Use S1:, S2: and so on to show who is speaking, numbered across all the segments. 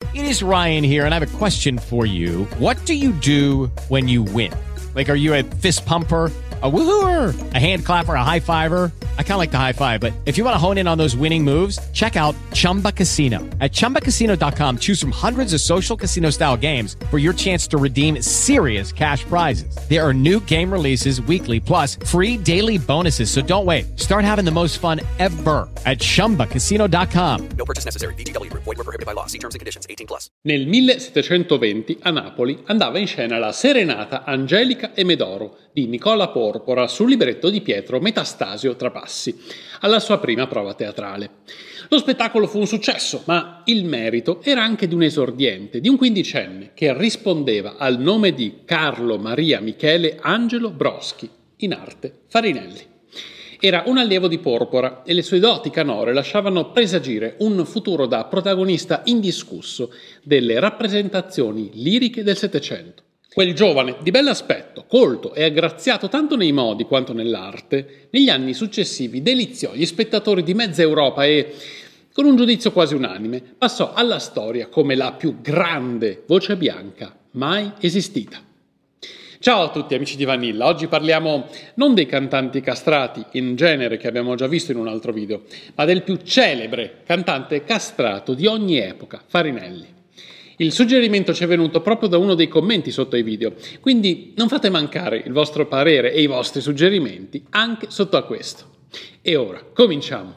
S1: It is Ryan here, and I have a question for you. What do you do when you win? Like, are you a fist pumper, a woohooer, a hand clapper, a high fiver? I kind of like the high five, but if you want to hone in on those winning moves, check out Chumba Casino. At ChumbaCasino.com, choose from hundreds of social casino style games for your chance to redeem serious cash prizes. There are new game releases weekly, plus free daily bonuses. So don't wait. Start having the most fun ever at ChumbaCasino.com.
S2: No purchase necessary. VGW Group. Void where prohibited by law. See terms and conditions. 18+.
S3: Nel 1720 a Napoli andava in scena la Serenata Angelica e Medoro di Nicola Porpora sul libretto di Pietro Metastasio Trapassi, alla sua prima prova teatrale. Lo spettacolo fu un successo, ma il merito era anche di un esordiente, di un quindicenne che rispondeva al nome di Carlo Maria Michele Angelo Broschi, in arte Farinelli. Era un allievo di Porpora e le sue doti canore lasciavano presagire un futuro da protagonista indiscusso delle rappresentazioni liriche del Settecento. Quel giovane di bell'aspetto, colto e aggraziato tanto nei modi quanto nell'arte, negli anni successivi deliziò gli spettatori di mezza Europa e, con un giudizio quasi unanime, passò alla storia come la più grande voce bianca mai esistita. Ciao a tutti amici di Vanilla, oggi parliamo non dei cantanti castrati in genere che abbiamo già visto in un altro video, ma del più celebre cantante castrato di ogni epoca, Farinelli. Il suggerimento ci è venuto proprio da uno dei commenti sotto ai video, quindi non fate mancare il vostro parere e i vostri suggerimenti anche sotto a questo. E ora, cominciamo!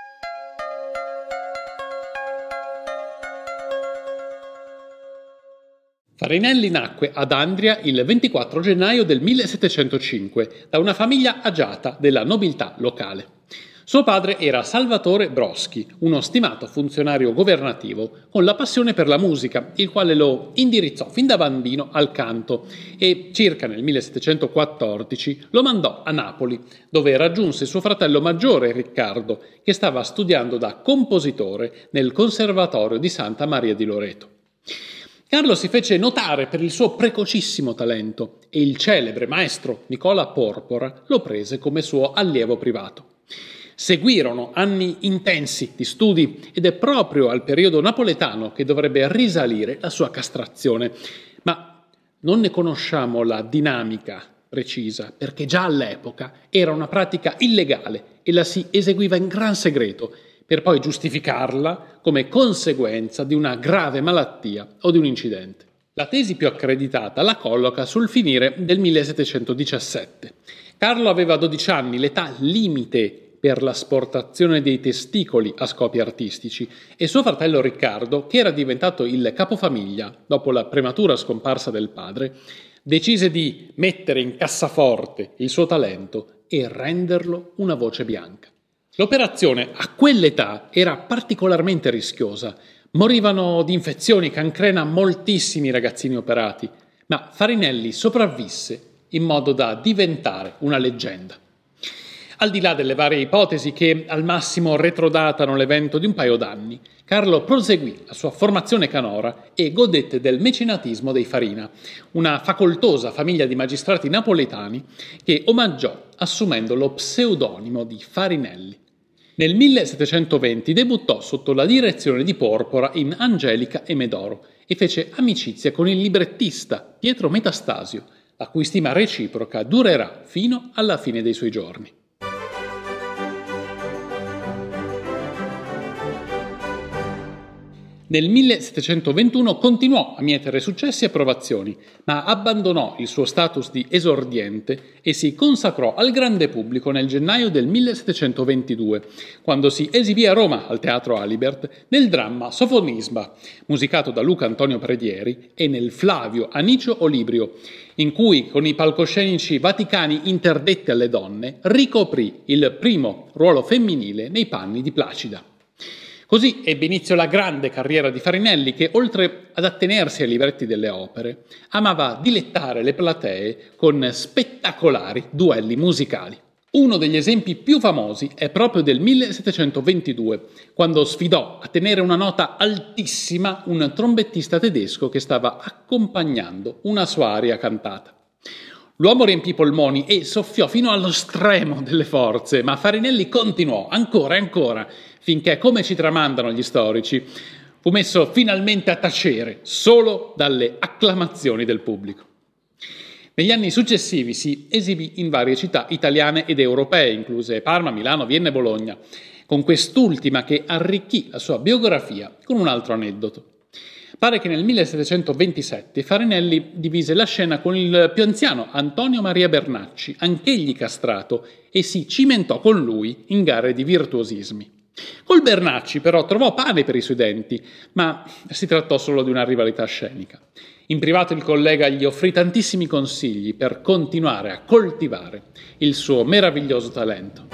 S3: Farinelli nacque ad Andria il 24 gennaio del 1705 da una famiglia agiata della nobiltà locale. Suo padre era Salvatore Broschi, uno stimato funzionario governativo con la passione per la musica, il quale lo indirizzò fin da bambino al canto e circa nel 1714 lo mandò a Napoli, dove raggiunse suo fratello maggiore Riccardo, che stava studiando da compositore nel Conservatorio di Santa Maria di Loreto. Carlo si fece notare per il suo precocissimo talento e il celebre maestro Nicola Porpora lo prese come suo allievo privato. Seguirono anni intensi di studi ed è proprio al periodo napoletano che dovrebbe risalire la sua castrazione, ma non ne conosciamo la dinamica precisa perché già all'epoca era una pratica illegale e la si eseguiva in gran segreto per poi giustificarla come conseguenza di una grave malattia o di un incidente. La tesi più accreditata la colloca sul finire del 1717. Carlo aveva 12 anni, l'età limite per l'asportazione dei testicoli a scopi artistici, e suo fratello Riccardo, che era diventato il capofamiglia dopo la prematura scomparsa del padre, decise di mettere in cassaforte il suo talento e renderlo una voce bianca. L'operazione a quell'età era particolarmente rischiosa. Morivano di infezioni cancrena moltissimi ragazzini operati, ma Farinelli sopravvisse in modo da diventare una leggenda. Al di là delle varie ipotesi che al massimo retrodatano l'evento di un paio d'anni, Carlo proseguì la sua formazione canora e godette del mecenatismo dei Farina, una facoltosa famiglia di magistrati napoletani che omaggiò assumendo lo pseudonimo di Farinelli. Nel 1720 debuttò sotto la direzione di Porpora in Angelica e Medoro e fece amicizia con il librettista Pietro Metastasio, la cui stima reciproca durerà fino alla fine dei suoi giorni. Nel 1721 continuò a mietere successi e approvazioni, ma abbandonò il suo status di esordiente e si consacrò al grande pubblico nel gennaio del 1722, quando si esibì a Roma al Teatro Alibert nel dramma Sofonisba, musicato da Luca Antonio Predieri, e nel Flavio Anicio Olibrio, in cui, con i palcoscenici vaticani interdetti alle donne, ricoprì il primo ruolo femminile nei panni di Placida. Così ebbe inizio la grande carriera di Farinelli che, oltre ad attenersi ai libretti delle opere, amava dilettare le platee con spettacolari duelli musicali. Uno degli esempi più famosi è proprio del 1722, quando sfidò a tenere una nota altissima un trombettista tedesco che stava accompagnando una sua aria cantata. L'uomo riempì i polmoni e soffiò fino allo stremo delle forze, ma Farinelli continuò ancora e ancora, finché, come ci tramandano gli storici, fu messo finalmente a tacere solo dalle acclamazioni del pubblico. Negli anni successivi si esibì in varie città italiane ed europee, incluse Parma, Milano, Vienna e Bologna, con quest'ultima che arricchì la sua biografia con un altro aneddoto. Pare che nel 1727 Farinelli divise la scena con il più anziano Antonio Maria Bernacci, anch'egli castrato, e si cimentò con lui in gare di virtuosismi. Col Bernacci però trovò pane per i suoi denti, ma si trattò solo di una rivalità scenica. In privato il collega gli offrì tantissimi consigli per continuare a coltivare il suo meraviglioso talento.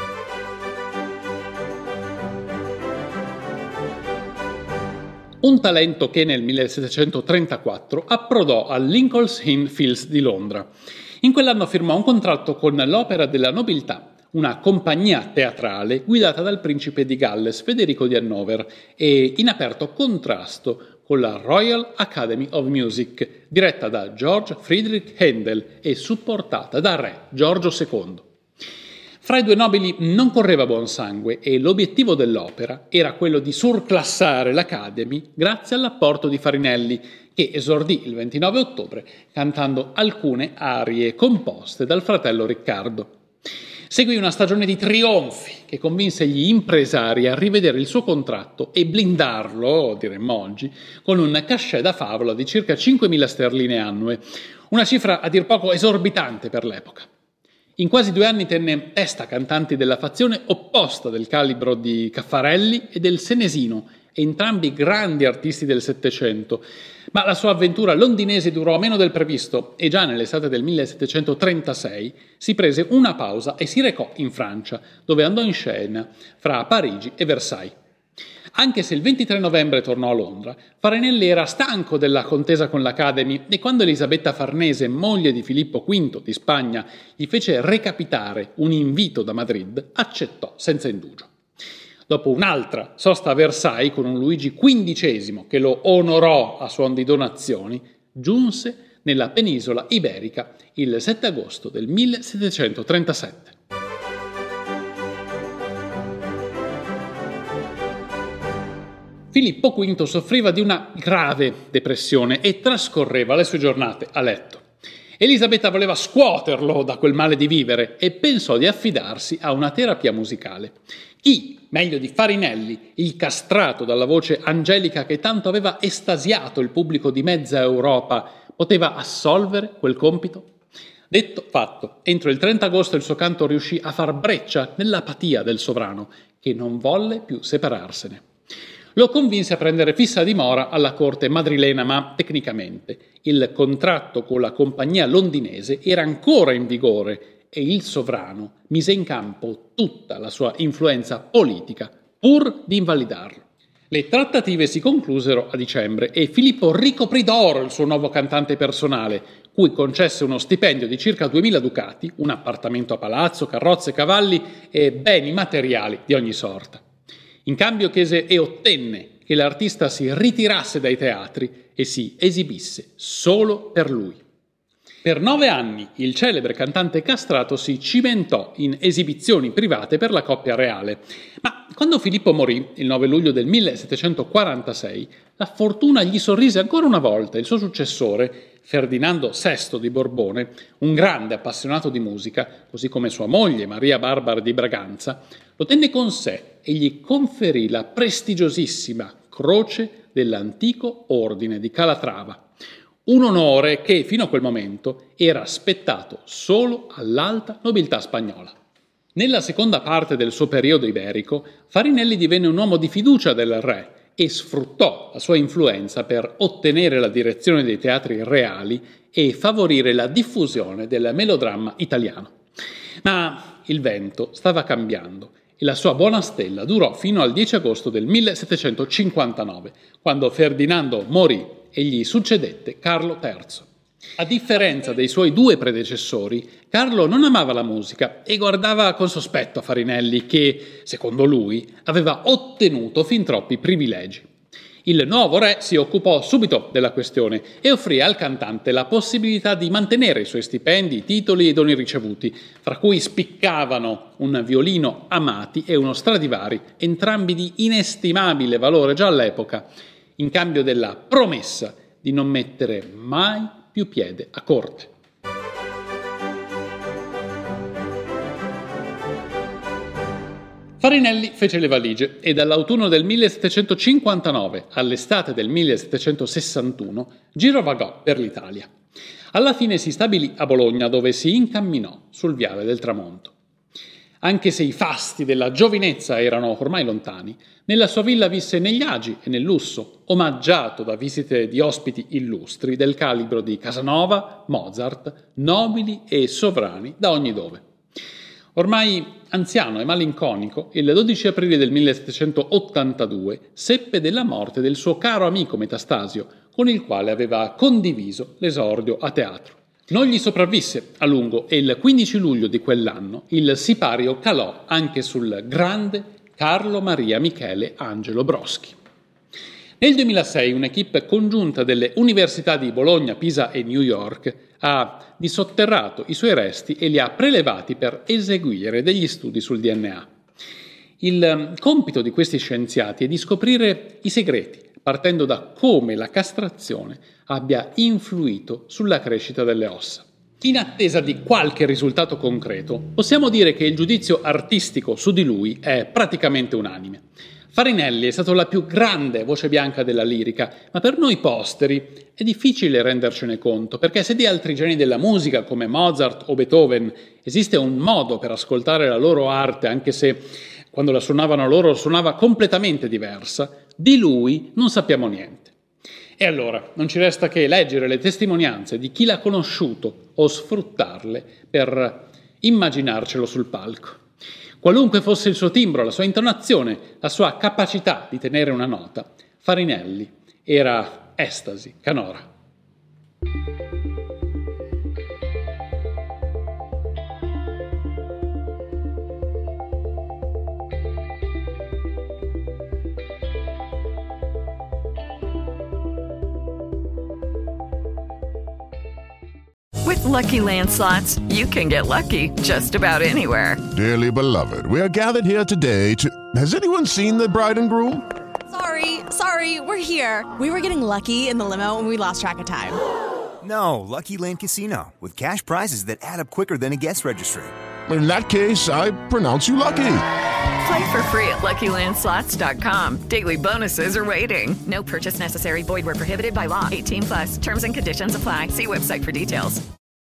S3: Un talento che nel 1734 approdò al Lincoln's Inn Fields di Londra. In quell'anno firmò un contratto con l'Opera della Nobiltà, una compagnia teatrale guidata dal principe di Galles Federico di Hannover e in aperto contrasto con la Royal Academy of Music, diretta da Georg Friedrich Händel e supportata dal re Giorgio II. Fra i due nobili non correva buon sangue e l'obiettivo dell'opera era quello di surclassare l'Academy grazie all'apporto di Farinelli, che esordì il 29 ottobre cantando alcune arie composte dal fratello Riccardo. Seguì una stagione di trionfi che convinse gli impresari a rivedere il suo contratto e blindarlo, diremmo oggi, con un cachet da favola di circa 5.000 sterline annue, una cifra a dir poco esorbitante per l'epoca. In quasi 2 anni tenne testa cantanti della fazione opposta del calibro di Caffarelli e del Senesino, entrambi grandi artisti del Settecento, ma la sua avventura londinese durò meno del previsto e già nell'estate del 1736 si prese una pausa e si recò in Francia, dove andò in scena fra Parigi e Versailles. Anche se il 23 novembre tornò a Londra, Farinelli era stanco della contesa con l'Academy e quando Elisabetta Farnese, moglie di Filippo V di Spagna, gli fece recapitare un invito da Madrid, accettò senza indugio. Dopo un'altra sosta a Versailles con un Luigi XV che lo onorò a suon di donazioni, giunse nella penisola iberica il 7 agosto del 1737. Filippo V soffriva di una grave depressione e trascorreva le sue giornate a letto. Elisabetta voleva scuoterlo da quel male di vivere e pensò di affidarsi a una terapia musicale. Chi, meglio di Farinelli, il castrato dalla voce angelica che tanto aveva estasiato il pubblico di mezza Europa, poteva assolvere quel compito? Detto, fatto. Entro il 30 agosto il suo canto riuscì a far breccia nell'apatia del sovrano, che non volle più separarsene. Lo convinse a prendere fissa dimora alla corte madrilena, ma tecnicamente il contratto con la compagnia londinese era ancora in vigore e il sovrano mise in campo tutta la sua influenza politica pur di invalidarlo. Le trattative si conclusero a dicembre e Filippo ricoprì d'oro il suo nuovo cantante personale, cui concesse uno stipendio di circa 2.000 ducati, un appartamento a palazzo, carrozze, cavalli e beni materiali di ogni sorta. In cambio chiese e ottenne che l'artista si ritirasse dai teatri e si esibisse solo per lui. Per 9 anni il celebre cantante castrato si cimentò in esibizioni private per la coppia reale, ma quando Filippo morì, il 9 luglio del 1746, la fortuna gli sorrise ancora una volta. Il suo successore, Ferdinando VI di Borbone, un grande appassionato di musica, così come sua moglie Maria Barbara di Braganza, lo tenne con sé e gli conferì la prestigiosissima Croce dell'Antico Ordine di Calatrava, un onore che fino a quel momento era spettato solo all'alta nobiltà spagnola. Nella seconda parte del suo periodo iberico, Farinelli divenne un uomo di fiducia del re e sfruttò la sua influenza per ottenere la direzione dei teatri reali e favorire la diffusione del melodramma italiano. Ma il vento stava cambiando e la sua buona stella durò fino al 10 agosto del 1759, quando Ferdinando morì e gli succedette Carlo III. A differenza dei suoi 2 predecessori, Carlo non amava la musica e guardava con sospetto a Farinelli che, secondo lui, aveva ottenuto fin troppi privilegi. Il nuovo re si occupò subito della questione e offrì al cantante la possibilità di mantenere i suoi stipendi, titoli e doni ricevuti, fra cui spiccavano un violino Amati e uno Stradivari, entrambi di inestimabile valore già all'epoca. in cambio della promessa di non mettere mai più piede a corte. Farinelli fece le valigie e dall'autunno del 1759 all'estate del 1761 girovagò per l'Italia. Alla fine si stabilì a Bologna, dove si incamminò sul viale del tramonto. Anche se i fasti della giovinezza erano ormai lontani, nella sua villa visse negli agi e nel lusso, omaggiato da visite di ospiti illustri del calibro di Casanova, Mozart, nobili e sovrani da ogni dove. Ormai anziano e malinconico, il 12 aprile del 1782 seppe della morte del suo caro amico Metastasio, con il quale aveva condiviso l'esordio a teatro. Non gli sopravvisse a lungo e il 15 luglio di quell'anno il sipario calò anche sul grande Carlo Maria Michele Angelo Broschi. Nel 2006 un'equipe congiunta delle università di Bologna, Pisa e New York ha disotterrato i suoi resti e li ha prelevati per eseguire degli studi sul DNA. Il compito di questi scienziati è di scoprire i segreti, partendo da come la castrazione abbia influito sulla crescita delle ossa. In attesa di qualche risultato concreto, possiamo dire che il giudizio artistico su di lui è praticamente unanime. Farinelli è stato la più grande voce bianca della lirica, ma per noi posteri è difficile rendercene conto, perché se di altri geni della musica come Mozart o Beethoven esiste un modo per ascoltare la loro arte, anche se quando la suonavano loro suonava completamente diversa, di lui non sappiamo niente. E allora non ci resta che leggere le testimonianze di chi l'ha conosciuto o sfruttarle per immaginarcelo sul palco. Qualunque fosse il suo timbro, la sua intonazione, la sua capacità di tenere una nota, Farinelli era estasi canora.
S4: With Lucky Land Slots, you can get lucky just about anywhere.
S5: Dearly beloved, we are gathered here today to... Has anyone seen the bride and groom?
S6: Sorry, we're here. We were getting lucky in the limo and we lost track of time.
S7: No, Lucky Land Casino, with cash prizes that add up quicker than a guest registry.
S5: In that case, I pronounce you lucky.
S4: Play for free at LuckyLandSlots.com. Daily bonuses are waiting. No purchase necessary. Void where prohibited by law. 18+. Terms and conditions apply. See website for details.